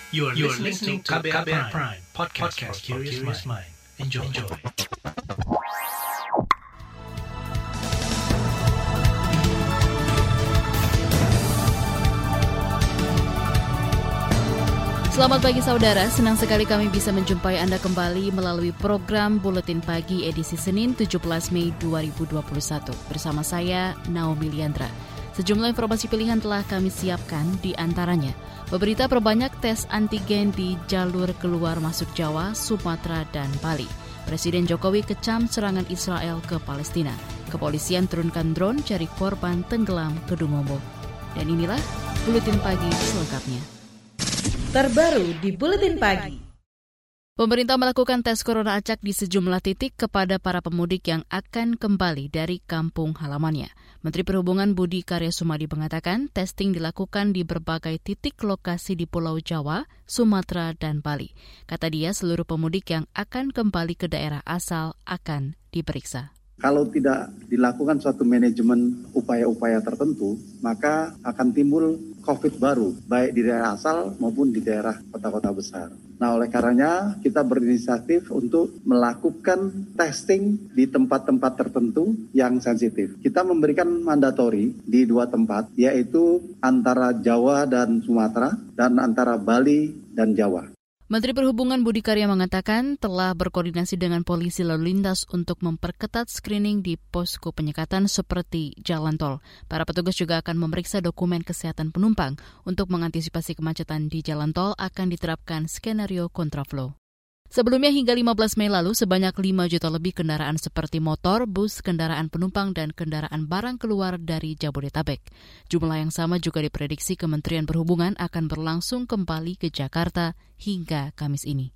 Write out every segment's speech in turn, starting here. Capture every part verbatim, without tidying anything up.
You are, you are listening to K B R Prime, podcast, podcast for curious mind. Enjoy. Enjoy. Selamat pagi saudara, senang sekali kami bisa menjumpai Anda kembali melalui program Buletin Pagi edisi Senin tujuh belas Mei dua ribu dua puluh satu. Bersama saya, Naomi Liandra. Sejumlah informasi pilihan telah kami siapkan, di antaranya pemerintah perbanyak tes antigen di jalur keluar masuk Jawa, Sumatera, dan Bali. Presiden Jokowi kecam serangan Israel ke Palestina. Kepolisian turunkan drone cari korban tenggelam Gedung Ombo. Dan inilah Buletin Pagi selengkapnya. Terbaru di Buletin Pagi. Pemerintah melakukan tes corona acak di sejumlah titik kepada para pemudik yang akan kembali dari kampung halamannya. Menteri Perhubungan Budi Karya Sumadi mengatakan testing dilakukan di berbagai titik lokasi di Pulau Jawa, Sumatera, dan Bali. Kata dia, seluruh pemudik yang akan kembali ke daerah asal akan diperiksa. Kalau tidak dilakukan suatu manajemen upaya-upaya tertentu, maka akan timbul COVID baru, baik di daerah asal maupun di daerah kota-kota besar. Nah, oleh karenanya kita berinisiatif untuk melakukan testing di tempat-tempat tertentu yang sensitif. Kita memberikan mandatori di dua tempat, yaitu antara Jawa dan Sumatera dan antara Bali dan Jawa. Menteri Perhubungan Budi Karya mengatakan telah berkoordinasi dengan polisi lalu lintas untuk memperketat screening di posko penyekatan seperti jalan tol. Para petugas juga akan memeriksa dokumen kesehatan penumpang. Untuk mengantisipasi kemacetan di jalan tol akan diterapkan skenario kontraflow. Sebelumnya hingga lima belas Mei lalu sebanyak lima juta lebih kendaraan seperti motor, bus, kendaraan penumpang, dan kendaraan barang keluar dari Jabodetabek. Jumlah yang sama juga diprediksi Kementerian Perhubungan akan berlangsung kembali ke Jakarta hingga Kamis ini.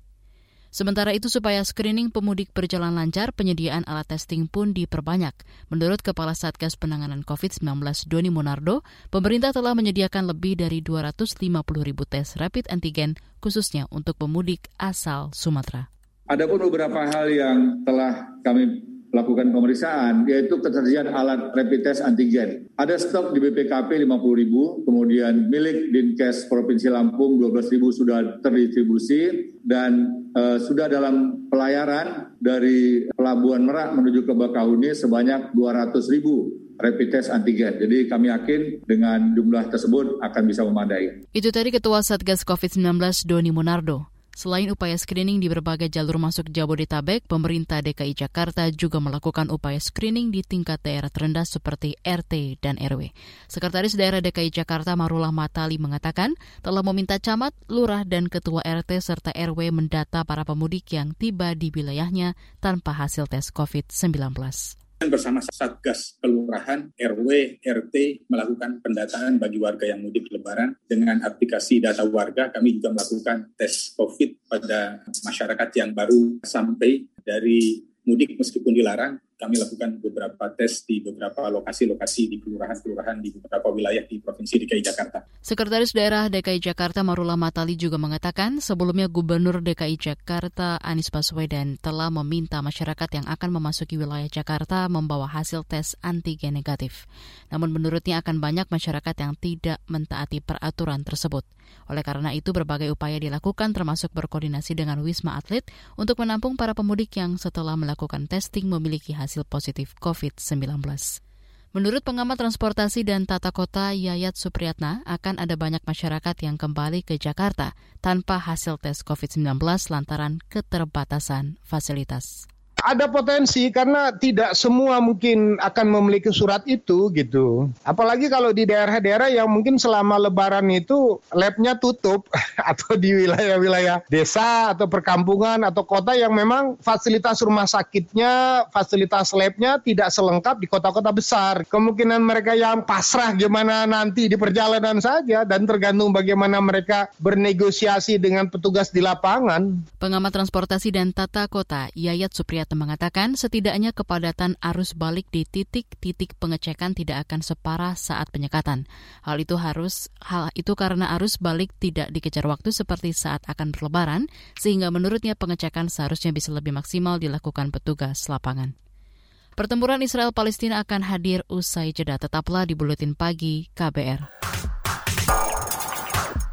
Sementara itu, supaya screening pemudik berjalan lancar, penyediaan alat testing pun diperbanyak. Menurut Kepala Satgas Penanganan covid sembilan belas Doni Monardo, pemerintah telah menyediakan lebih dari dua ratus lima puluh ribu tes rapid antigen, khususnya untuk pemudik asal Sumatera. Ada pun beberapa hal yang telah kami lakukan pemeriksaan, yaitu ketersediaan alat rapid test antigen. Ada stok di B P K P lima puluh ribu, kemudian milik Dinkes Provinsi Lampung dua belas ribu sudah terdistribusi, dan uh, sudah dalam pelayaran dari Pelabuhan Merak menuju ke Bakahuni sebanyak dua ratus ribu rapid test antigen. Jadi kami yakin dengan jumlah tersebut akan bisa memadai. Itu tadi Ketua Satgas covid sembilan belas Doni Monardo. Selain upaya screening di berbagai jalur masuk Jabodetabek, pemerintah D K I Jakarta juga melakukan upaya screening di tingkat daerah terendah seperti R T dan R W. Sekretaris Daerah D K I Jakarta Marullah Matali mengatakan telah meminta camat, lurah, dan ketua R T serta R W mendata para pemudik yang tiba di wilayahnya tanpa hasil tes covid sembilan belas. Bersama Satgas Kelurahan, R W, R T melakukan pendataan bagi warga yang mudik lebaran. Dengan aplikasi data warga, kami juga melakukan tes COVID pada masyarakat yang baru sampai dari mudik meskipun dilarang. Kami lakukan beberapa tes di beberapa lokasi-lokasi di kelurahan-kelurahan di beberapa wilayah di Provinsi D K I Jakarta. Sekretaris Daerah D K I Jakarta Marullah Matali juga mengatakan sebelumnya Gubernur D K I Jakarta Anies Baswedan telah meminta masyarakat yang akan memasuki wilayah Jakarta membawa hasil tes antigen negatif. Namun menurutnya akan banyak masyarakat yang tidak mentaati peraturan tersebut. Oleh karena itu berbagai upaya dilakukan termasuk berkoordinasi dengan Wisma Atlet untuk menampung para pemudik yang setelah melakukan testing memiliki hasil positif covid sembilan belas. Menurut pengamat transportasi dan tata kota Yayat Supriyatna, akan ada banyak masyarakat yang kembali ke Jakarta tanpa hasil tes covid sembilan belas lantaran keterbatasan fasilitas. Ada potensi karena tidak semua mungkin akan memiliki surat itu gitu. Apalagi kalau di daerah-daerah yang mungkin selama lebaran itu labnya tutup atau di wilayah-wilayah desa atau perkampungan atau kota yang memang fasilitas rumah sakitnya, fasilitas labnya tidak selengkap di kota-kota besar. Kemungkinan mereka yang pasrah gimana nanti di perjalanan saja dan tergantung bagaimana mereka bernegosiasi dengan petugas di lapangan. Pengamat transportasi dan tata kota Yayat Supriyatna mengatakan setidaknya kepadatan arus balik di titik-titik pengecekan tidak akan separah saat penyekatan. Hal itu harus hal itu karena arus balik tidak dikejar waktu seperti saat akan berlebaran, sehingga menurutnya pengecekan seharusnya bisa lebih maksimal dilakukan petugas lapangan. Pertempuran Israel-Palestina akan hadir usai jeda. Tetaplah di Buletin Pagi K B R.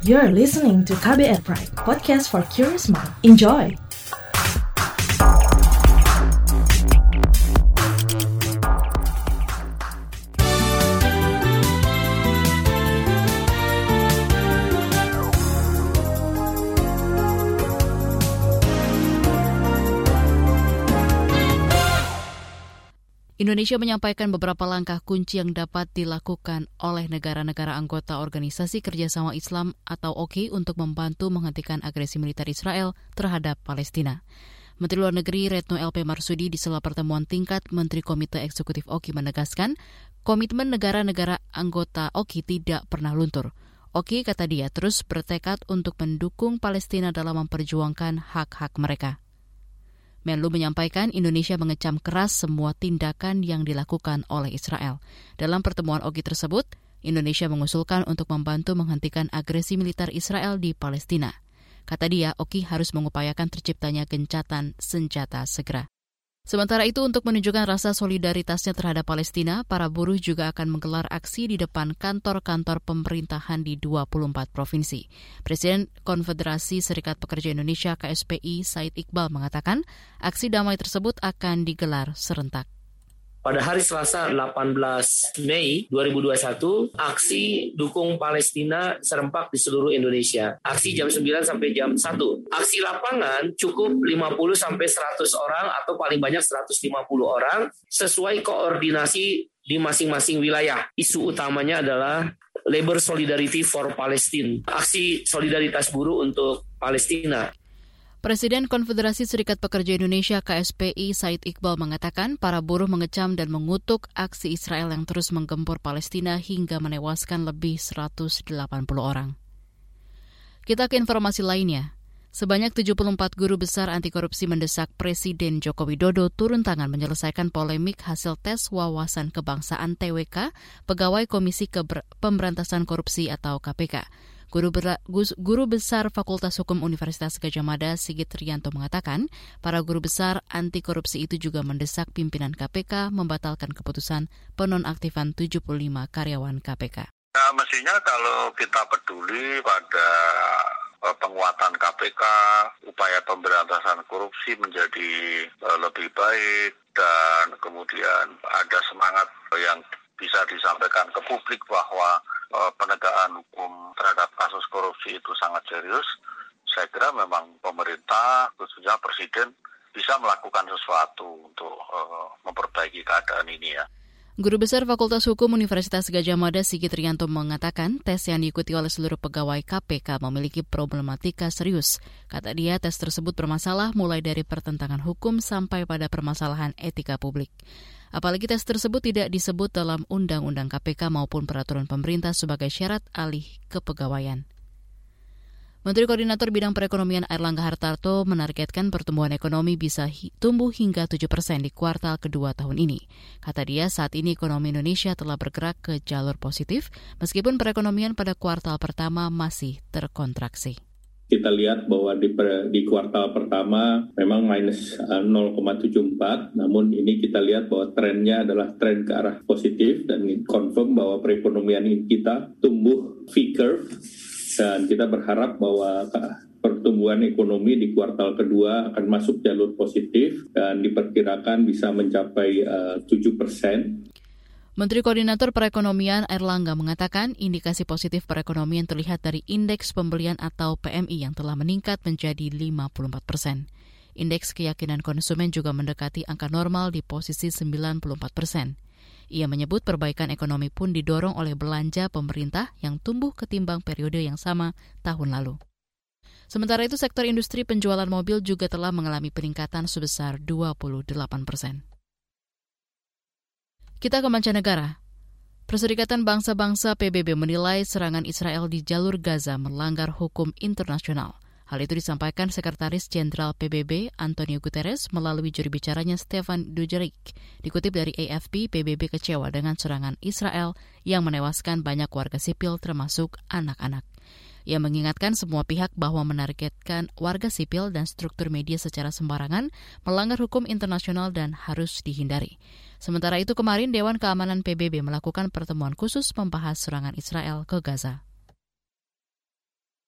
You're listening to K B R Prime, podcast for curious mind. Enjoy! Indonesia menyampaikan beberapa langkah kunci yang dapat dilakukan oleh negara-negara anggota Organisasi Kerjasama Islam atau O K I untuk membantu menghentikan agresi militer Israel terhadap Palestina. Menteri Luar Negeri Retno L P Marsudi di sela pertemuan tingkat Menteri Komite Eksekutif O K I menegaskan komitmen negara-negara anggota O K I tidak pernah luntur. O K I, kata dia, terus bertekad untuk mendukung Palestina dalam memperjuangkan hak-hak mereka. Menlu menyampaikan Indonesia mengecam keras semua tindakan yang dilakukan oleh Israel. Dalam pertemuan O K I tersebut, Indonesia mengusulkan untuk membantu menghentikan agresi militer Israel di Palestina. Kata dia, O K I harus mengupayakan terciptanya gencatan senjata segera. Sementara itu, untuk menunjukkan rasa solidaritasnya terhadap Palestina, para buruh juga akan menggelar aksi di depan kantor-kantor pemerintahan di dua puluh empat provinsi. Presiden Konfederasi Serikat Pekerja Indonesia K S P I Said Iqbal mengatakan, aksi damai tersebut akan digelar serentak. Pada hari Selasa delapan belas Mei dua ribu dua puluh satu, aksi dukung Palestina serempak di seluruh Indonesia. Aksi jam sembilan sampai jam satu. Aksi lapangan cukup lima puluh sampai seratus orang atau paling banyak seratus lima puluh orang sesuai koordinasi di masing-masing wilayah. Isu utamanya adalah Labor Solidarity for Palestine. Aksi solidaritas buruh untuk Palestina. Presiden Konfederasi Serikat Pekerja Indonesia K S P I Said Iqbal mengatakan para buruh mengecam dan mengutuk aksi Israel yang terus menggempur Palestina hingga menewaskan lebih seratus delapan puluh orang. Kita ke informasi lainnya. Sebanyak tujuh puluh empat guru besar anti korupsi mendesak Presiden Joko Widodo turun tangan menyelesaikan polemik hasil tes wawasan kebangsaan T W K Pegawai Komisi Keber- Pemberantasan Korupsi atau K P K. Guru, ber, Guru Besar Fakultas Hukum Universitas Gadjah Mada Sigit Rianto mengatakan, para guru besar anti korupsi itu juga mendesak pimpinan K P K membatalkan keputusan penonaktifan tujuh puluh lima karyawan K P K. Nah, mestinya kalau kita peduli pada penguatan K P K, upaya pemberantasan korupsi menjadi lebih baik, dan kemudian ada semangat yang bisa disampaikan ke publik bahwa penegakan hukum terhadap kasus korupsi itu sangat serius. Saya kira memang pemerintah, khususnya Presiden, bisa melakukan sesuatu untuk uh, memperbaiki keadaan ini ya. Guru Besar Fakultas Hukum Universitas Gadjah Mada Sigit Rianto mengatakan tes yang diikuti oleh seluruh pegawai K P K memiliki problematika serius. Kata dia, tes tersebut bermasalah mulai dari pertentangan hukum sampai pada permasalahan etika publik. Apalagi tes tersebut tidak disebut dalam Undang-Undang K P K maupun peraturan pemerintah sebagai syarat alih kepegawaian. Menteri Koordinator Bidang Perekonomian Airlangga Hartarto menargetkan pertumbuhan ekonomi bisa hi- tumbuh hingga tujuh persen di kuartal kedua tahun ini. Kata dia, saat ini ekonomi Indonesia telah bergerak ke jalur positif, meskipun perekonomian pada kuartal pertama masih terkontraksi. Kita lihat bahwa di, di kuartal pertama memang minus nol koma tujuh empat, namun ini kita lihat bahwa trennya adalah tren ke arah positif dan confirm bahwa perekonomian kita tumbuh V-curve, dan kita berharap bahwa pertumbuhan ekonomi di kuartal kedua akan masuk jalur positif dan diperkirakan bisa mencapai uh, tujuh persen. Menteri Koordinator Perekonomian Airlangga mengatakan indikasi positif perekonomian terlihat dari indeks pembelian atau P M I yang telah meningkat menjadi lima puluh empat persen. Indeks keyakinan konsumen juga mendekati angka normal di posisi sembilan puluh empat persen. Ia menyebut perbaikan ekonomi pun didorong oleh belanja pemerintah yang tumbuh ketimbang periode yang sama tahun lalu. Sementara itu, sektor industri penjualan mobil juga telah mengalami peningkatan sebesar dua puluh delapan persen. Kita ke mancanegara. Perserikatan Bangsa-Bangsa P B B menilai serangan Israel di jalur Gaza melanggar hukum internasional. Hal itu disampaikan Sekretaris Jenderal P B B Antonio Guterres melalui juru bicaranya Stefan Dujarric. Dikutip dari A F P, P B B kecewa dengan serangan Israel yang menewaskan banyak warga sipil termasuk anak-anak. Ia mengingatkan semua pihak bahwa menargetkan warga sipil dan struktur media secara sembarangan melanggar hukum internasional dan harus dihindari. Sementara itu, kemarin Dewan Keamanan P B B melakukan pertemuan khusus membahas serangan Israel ke Gaza.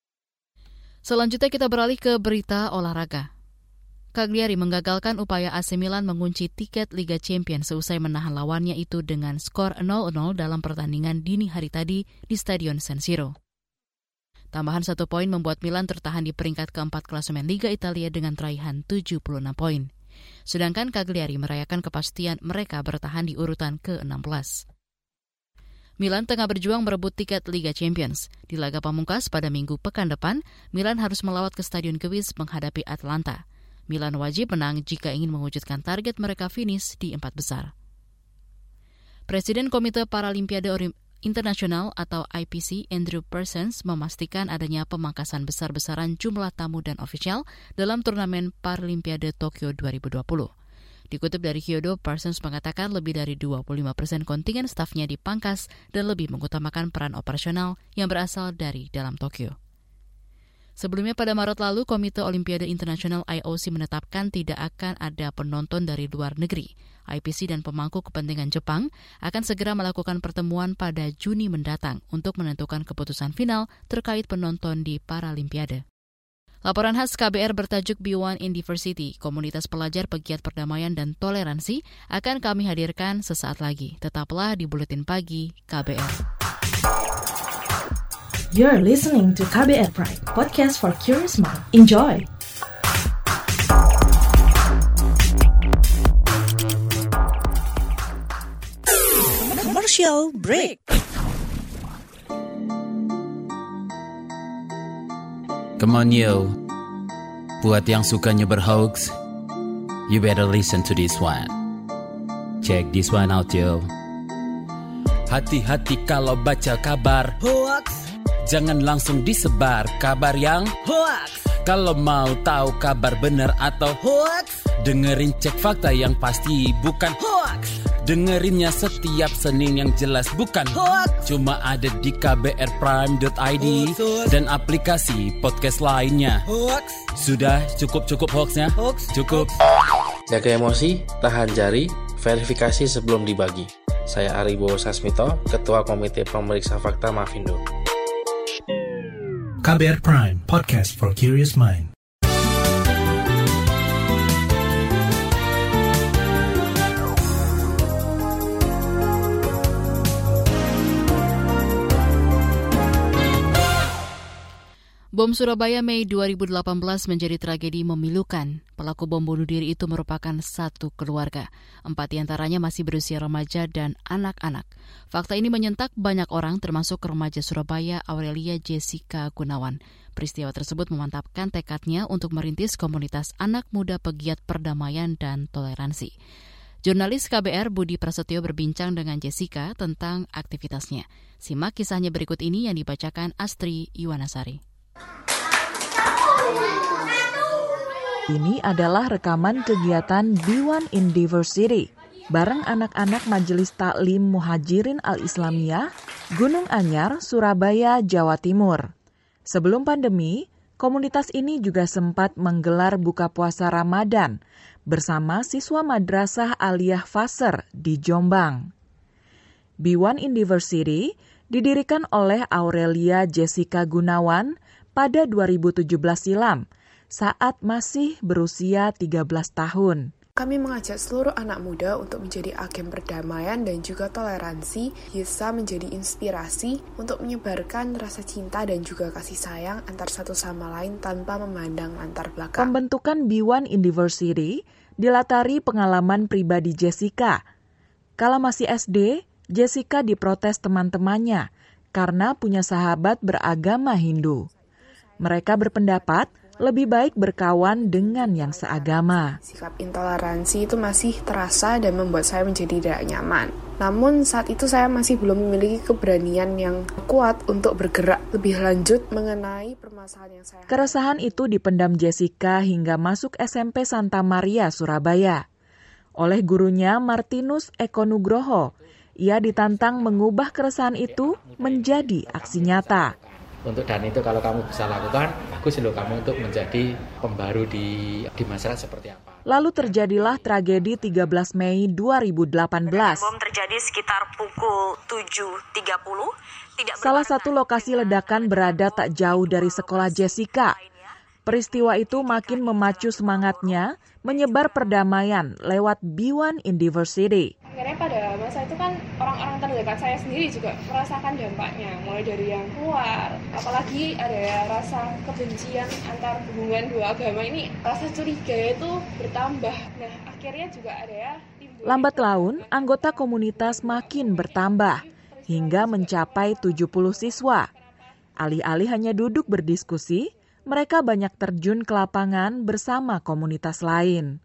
Selanjutnya kita beralih ke berita olahraga. Cagliari menggagalkan upaya A C Milan mengunci tiket Liga Champions seusai menahan lawannya itu dengan skor nol nol dalam pertandingan dini hari tadi di Stadion San Siro. Tambahan satu poin membuat Milan tertahan di peringkat keempat klasemen Liga Italia dengan raihan tujuh puluh enam poin. Sedangkan Cagliari merayakan kepastian mereka bertahan di urutan ke enam belas. Milan tengah berjuang merebut tiket Liga Champions. Di laga pamungkas pada minggu pekan depan, Milan harus melawat ke Stadion Gewiss menghadapi Atalanta. Milan wajib menang jika ingin mewujudkan target mereka finish di empat besar. Presiden Komite Paralimpiade Internasional atau I P C, Andrew Parsons, memastikan adanya pemangkasan besar-besaran jumlah tamu dan ofisial dalam turnamen Paralimpiade Tokyo dua ribu dua puluh. Dikutip dari Kyodo, Parsons mengatakan lebih dari dua puluh lima persen kontingen stafnya dipangkas dan lebih mengutamakan peran operasional yang berasal dari dalam Tokyo. Sebelumnya pada Maret lalu, Komite Olimpiade Internasional I O C menetapkan tidak akan ada penonton dari luar negeri. I P C dan pemangku kepentingan Jepang akan segera melakukan pertemuan pada Juni mendatang untuk menentukan keputusan final terkait penonton di Paralimpiade. Laporan khas K B R bertajuk B one in Diversity, komunitas pelajar pegiat perdamaian dan toleransi, akan kami hadirkan sesaat lagi. Tetaplah di Buletin Pagi K B R. You're listening to K B R Prime, podcast for curious mind. Enjoy! Commercial break. Come on yo, buat yang sukanya berhoax, you better listen to this one. Check this one out yo. Hati-hati kalau baca kabar Hoax. Jangan langsung disebar kabar yang Hoax. Kalau mau tahu kabar benar atau Hoax, dengerin cek fakta yang pasti bukan Hoax. Dengerinnya setiap Senin yang jelas bukan Hoax. Cuma ada di k b r prime dot i d dan aplikasi podcast lainnya. Hoax. Sudah cukup-cukup hoaxnya? Hoax. Cukup. Jaga emosi, tahan jari, verifikasi sebelum dibagi. Saya Ari Bowo Sasmito, Ketua Komite Pemeriksa Fakta Mafindo. K B R Prime, podcast for curious mind. Bom Surabaya Mei dua ribu delapan belas menjadi tragedi memilukan. Pelaku bom bunuh diri itu merupakan satu keluarga. Empat diantaranya masih berusia remaja dan anak-anak. Fakta ini menyentak banyak orang termasuk remaja Surabaya Aurelia Jessica Gunawan. Peristiwa tersebut memantapkan tekadnya untuk merintis komunitas anak muda pegiat perdamaian dan toleransi. Jurnalis K B R Budi Prasetyo berbincang dengan Jessica tentang aktivitasnya. Simak kisahnya berikut ini yang dibacakan Astri Yuwanasari. Ini adalah rekaman kegiatan B one in Diversity bareng anak-anak Majelis Taklim Muhajirin Al-Islamiyah, Gunung Anyar, Surabaya, Jawa Timur. Sebelum pandemi, komunitas ini juga sempat menggelar buka puasa Ramadan bersama siswa Madrasah Aliyah Faser di Jombang. B one in Diversity didirikan oleh Aurelia Jessica Gunawan pada dua ribu tujuh belas silam, saat masih berusia tiga belas tahun. Kami mengajak seluruh anak muda untuk menjadi agen perdamaian dan juga toleransi, bisa menjadi inspirasi untuk menyebarkan rasa cinta dan juga kasih sayang antar satu sama lain tanpa memandang latar belakang. Pembentukan B one in Diversity dilatari pengalaman pribadi Jessica. Kala masih S D, Jessica diprotes teman-temannya karena punya sahabat beragama Hindu. Mereka berpendapat lebih baik berkawan dengan yang seagama. Sikap intoleransi itu masih terasa dan membuat saya menjadi tidak nyaman. Namun saat itu saya masih belum memiliki keberanian yang kuat untuk bergerak lebih lanjut mengenai permasalahan yang saya... Keresahan itu dipendam Jessica hingga masuk S M P Santa Maria, Surabaya. Oleh gurunya Martinus Eko Nugroho, ia ditantang mengubah keresahan itu menjadi aksi nyata. Untuk dan itu kalau kamu bisa lakukan, bagus loh kamu untuk menjadi pembaru di di masyarakat seperti apa. Lalu terjadilah tragedi tiga belas Mei dua ribu delapan belas. Bom terjadi sekitar pukul tujuh tiga puluh. Salah satu lokasi ledakan berada tak jauh dari sekolah Jessica. Peristiwa itu makin memacu semangatnya menyebar perdamaian lewat B satu in Diversity. Akhirnya pada masa itu kan orang-orang terdekat saya sendiri juga merasakan dampaknya, mulai dari yang keluar, apalagi ada rasa kebencian antar hubungan dua agama ini, rasa curiga itu bertambah. Nah, akhirnya juga ada ya. Lambat laun, anggota komunitas makin bertambah hingga mencapai tujuh puluh siswa. Alih-alih hanya duduk berdiskusi, mereka banyak terjun ke lapangan bersama komunitas lain.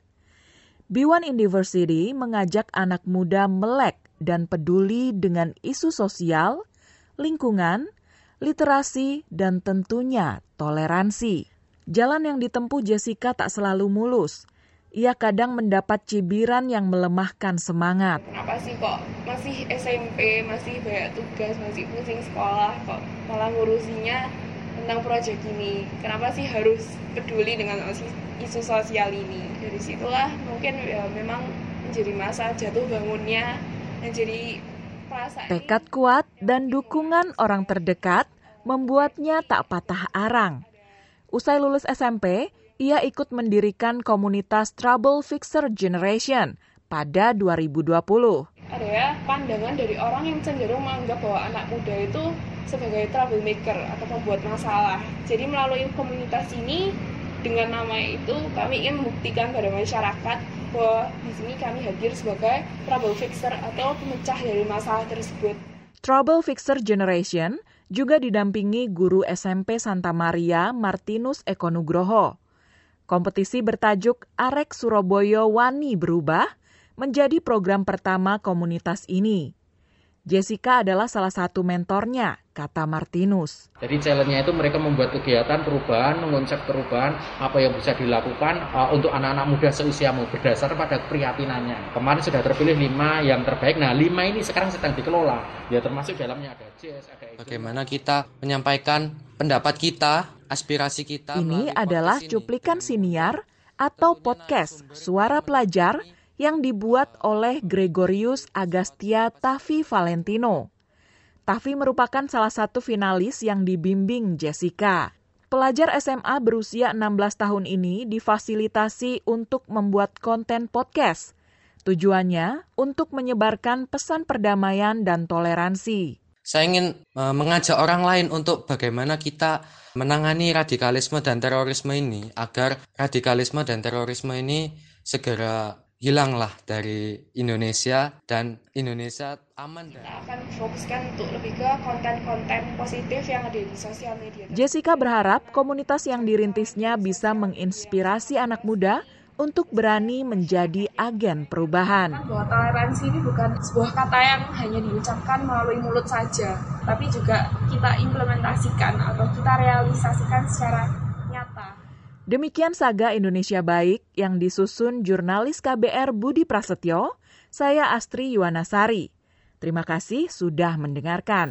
B satu in Diversity mengajak anak muda melek dan peduli dengan isu sosial, lingkungan, literasi, dan tentunya toleransi. Jalan yang ditempuh Jessica tak selalu mulus. Ia kadang mendapat cibiran yang melemahkan semangat. Kenapa sih kok masih S M P, masih banyak tugas, masih pusing sekolah, kok malah ngurusinya tentang proyek ini. Kenapa sih harus peduli dengan isu sosial ini? Dari situlah mungkin ya memang menjadi masa jatuh bangunnya, menjadi perasaan. Tekad kuat dan dukungan orang terdekat membuatnya tak patah arang. Usai lulus S M P, ia ikut mendirikan komunitas Trouble Fixer Generation pada dua ribu dua puluh. Ada ya pandangan dari orang yang cenderung menganggap bahwa anak muda itu sebagai troublemaker atau pembuat masalah. Jadi melalui komunitas ini, dengan nama itu kami ingin membuktikan pada masyarakat bahwa di sini kami hadir sebagai trouble fixer atau pemecah dari masalah tersebut. Trouble Fixer Generation juga didampingi guru S M P Santa Maria Martinus Eko Nugroho. Kompetisi bertajuk Arek Surabaya Wani Berubah menjadi program pertama komunitas ini. Jessica adalah salah satu mentornya, kata Martinus. Jadi challenge-nya itu mereka membuat kegiatan perubahan, mengonsep perubahan, apa yang bisa dilakukan uh, untuk anak-anak muda seusiamu berdasar pada keprihatinannya. Kemarin sudah terpilih lima yang terbaik, nah lima ini sekarang sedang dikelola. Ya termasuk dalamnya ada jazz, ada itu. Bagaimana kita menyampaikan pendapat kita, aspirasi kita. Ini adalah cuplikan siniar atau podcast Suara Pelajar yang dibuat oleh Gregorius Agastya Tavi Valentino. Tavi merupakan salah satu finalis yang dibimbing Jessica. Pelajar S M A berusia enam belas tahun ini difasilitasi untuk membuat konten podcast. Tujuannya untuk menyebarkan pesan perdamaian dan toleransi. Saya ingin uh, mengajak orang lain untuk bagaimana kita menangani radikalisme dan terorisme ini, agar radikalisme dan terorisme ini segera hilanglah dari Indonesia dan Indonesia aman. Kita akan fokuskan untuk lebih ke konten-konten positif yang ada di sosial media. Jessica berharap komunitas yang dirintisnya bisa menginspirasi anak muda untuk berani menjadi agen perubahan. Bahwa toleransi ini bukan sebuah kata yang hanya diucapkan melalui mulut saja, tapi juga kita implementasikan atau kita realisasikan secara nyata. Demikian Saga Indonesia Baik yang disusun jurnalis K B R Budi Prasetyo, saya Astri Yuwanasari. Terima kasih sudah mendengarkan.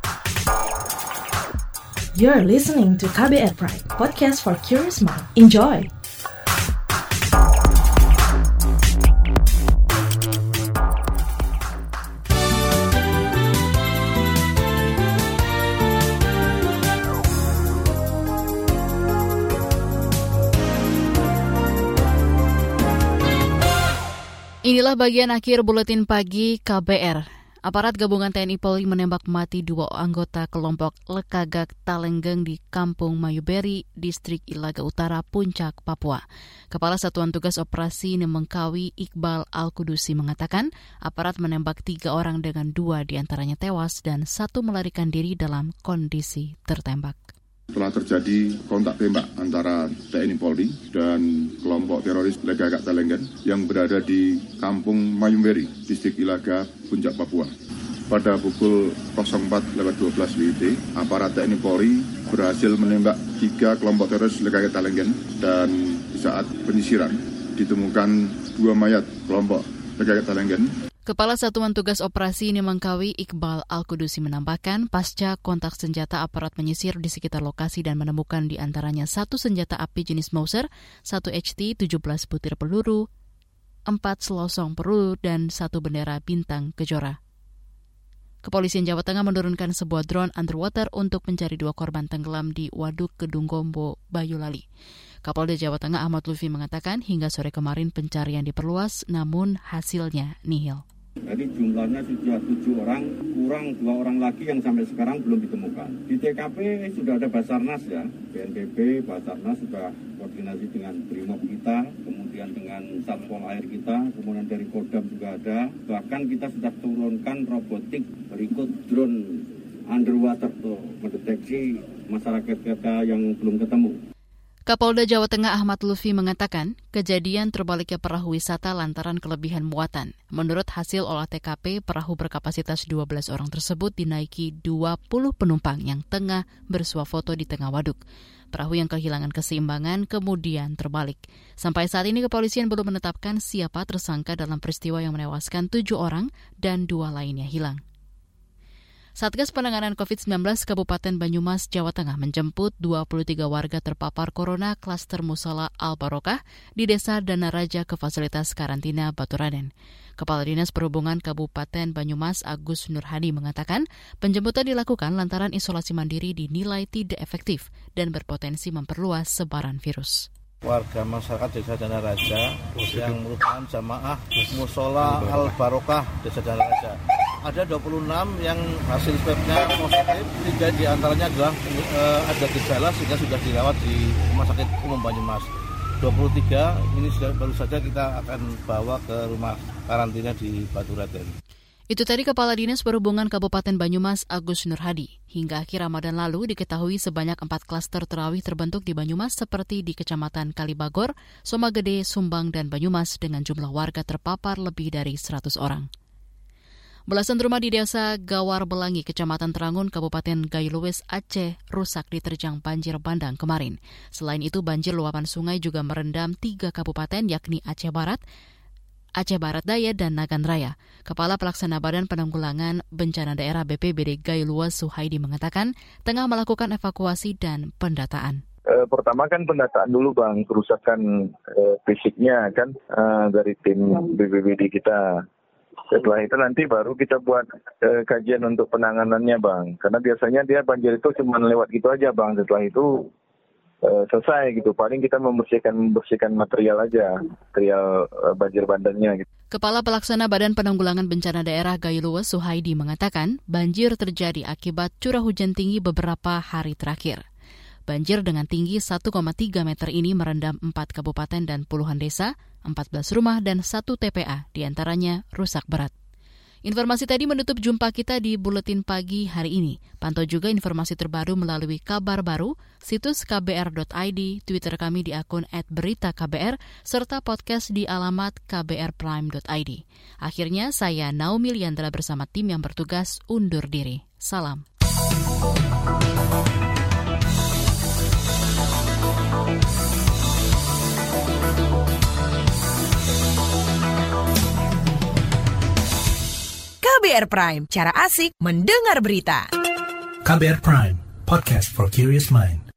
You're listening to K B R Pride, podcast for curious mind. Enjoy! Inilah bagian akhir buletin pagi K B R. Aparat gabungan T N I Polri menembak mati dua anggota kelompok Lekagak Talenggeng di Kampung Mayuberi, Distrik Ilaga Utara, Puncak, Papua. Kepala Satuan Tugas Operasi Nemengkawi Iqbal Al-Kudusi mengatakan aparat menembak tiga orang dengan dua diantaranya tewas dan satu melarikan diri dalam kondisi tertembak. Telah terjadi kontak tembak antara T N I Polri dan kelompok teroris Lekagak Talenggeng yang berada di Kampung Mayuberi, Distrik Ilaga, Puncak, Papua. Pada pukul empat lewat dua belas W I T, aparat T N I Polri berhasil menembak tiga kelompok teroris Lekagak Talenggeng dan di saat penyisiran ditemukan dua mayat kelompok Lekagak Talenggeng. Kepala Satuan Tugas Operasi Nemengkawi Iqbal Al-Kudusi menambahkan, pasca kontak senjata aparat menyisir di sekitar lokasi dan menemukan di antaranya satu senjata api jenis Mauser, satu H T, tujuh belas butir peluru, empat selosong peluru, dan satu bendera bintang kejora. Kepolisian Jawa Tengah menurunkan sebuah drone underwater untuk mencari dua korban tenggelam di Waduk Kedung Gombo, Bayulali. Kapolda Jawa Tengah Ahmad Lutfi mengatakan hingga sore kemarin pencarian diperluas, namun hasilnya nihil. Jadi jumlahnya sudah tujuh orang, kurang dua orang lagi yang sampai sekarang belum ditemukan. Di T K P sudah ada Basarnas ya, B N P B, Basarnas sudah koordinasi dengan Brimob kita, kemudian dengan Satpol Air kita, kemudian dari Kodam juga ada. Bahkan kita sudah turunkan robotik berikut drone underwater untuk mendeteksi masyarakat kita yang belum ketemu. Kapolda Jawa Tengah Ahmad Lutfi mengatakan kejadian terbaliknya perahu wisata lantaran kelebihan muatan. Menurut hasil olah T K P, perahu berkapasitas dua belas orang tersebut dinaiki dua puluh penumpang yang tengah bersuah foto di tengah waduk. Perahu yang kehilangan keseimbangan kemudian terbalik. Sampai saat ini kepolisian belum menetapkan siapa tersangka dalam peristiwa yang menewaskan tujuh orang dan dua lainnya hilang. Satgas Penanganan covid sembilan belas Kabupaten Banyumas, Jawa Tengah menjemput dua puluh tiga warga terpapar corona klaster Musala Al-Barokah di Desa Danaraja ke fasilitas karantina Baturaden. Kepala Dinas Perhubungan Kabupaten Banyumas Agus Nurhadi mengatakan penjemputan dilakukan lantaran isolasi mandiri dinilai tidak efektif dan berpotensi memperluas sebaran virus. Warga masyarakat Desa Danaraja yang merupakan jamaah Musala Al-Barokah Desa Danaraja. Ada dua puluh enam yang hasil swabnya positif, tiga diantaranya adalah e, ada gejala sehingga sudah dirawat di Rumah Sakit Umum Banyumas. dua puluh tiga ini sudah baru saja kita akan bawa ke rumah karantina di Baturaden. Itu tadi Kepala Dinas Perhubungan Kabupaten Banyumas Agus Nurhadi. Hingga akhir Ramadan lalu diketahui sebanyak empat klaster tarawih terbentuk di Banyumas seperti di Kecamatan Kalibagor, Somagede, Sumbang, dan Banyumas dengan jumlah warga terpapar lebih dari seratus orang. Belasan rumah di Desa Gawar Belangi, Kecamatan Terangun, Kabupaten Gayluwes, Aceh, rusak diterjang banjir bandang kemarin. Selain itu, banjir luapan sungai juga merendam tiga kabupaten yakni Aceh Barat, Aceh Barat Daya, dan Nagan Raya. Kepala Pelaksana Badan Penanggulangan Bencana Daerah B P B D Gayluwes Suhaidi mengatakan tengah melakukan evakuasi dan pendataan. E, pertama kan pendataan dulu Bang, kerusakan e, fisiknya kan e, dari tim B P B D kita. Setelah itu nanti baru kita buat e, kajian untuk penanganannya Bang. Karena biasanya dia banjir itu cuma lewat gitu aja Bang. Setelah itu e, selesai gitu. Paling kita membersihkan membersihkan material aja, material e, banjir bandangnya gitu. Kepala Pelaksana Badan Penanggulangan Bencana Daerah Gayluwes Suhaidi mengatakan banjir terjadi akibat curah hujan tinggi beberapa hari terakhir. Banjir dengan tinggi satu koma tiga meter ini merendam empat kabupaten dan puluhan desa, empat belas rumah dan satu T P A, diantaranya rusak berat. Informasi tadi menutup jumpa kita di Buletin Pagi hari ini. Pantau juga informasi terbaru melalui kabar baru, situs k b r dot i d, Twitter kami di akun et berita k b r, serta podcast di alamat k b r prime dot i d. Akhirnya, saya Naomi Liandra bersama tim yang bertugas undur diri. Salam. K B R Prime, cara asik mendengar berita. K B R Prime, podcast for curious mind.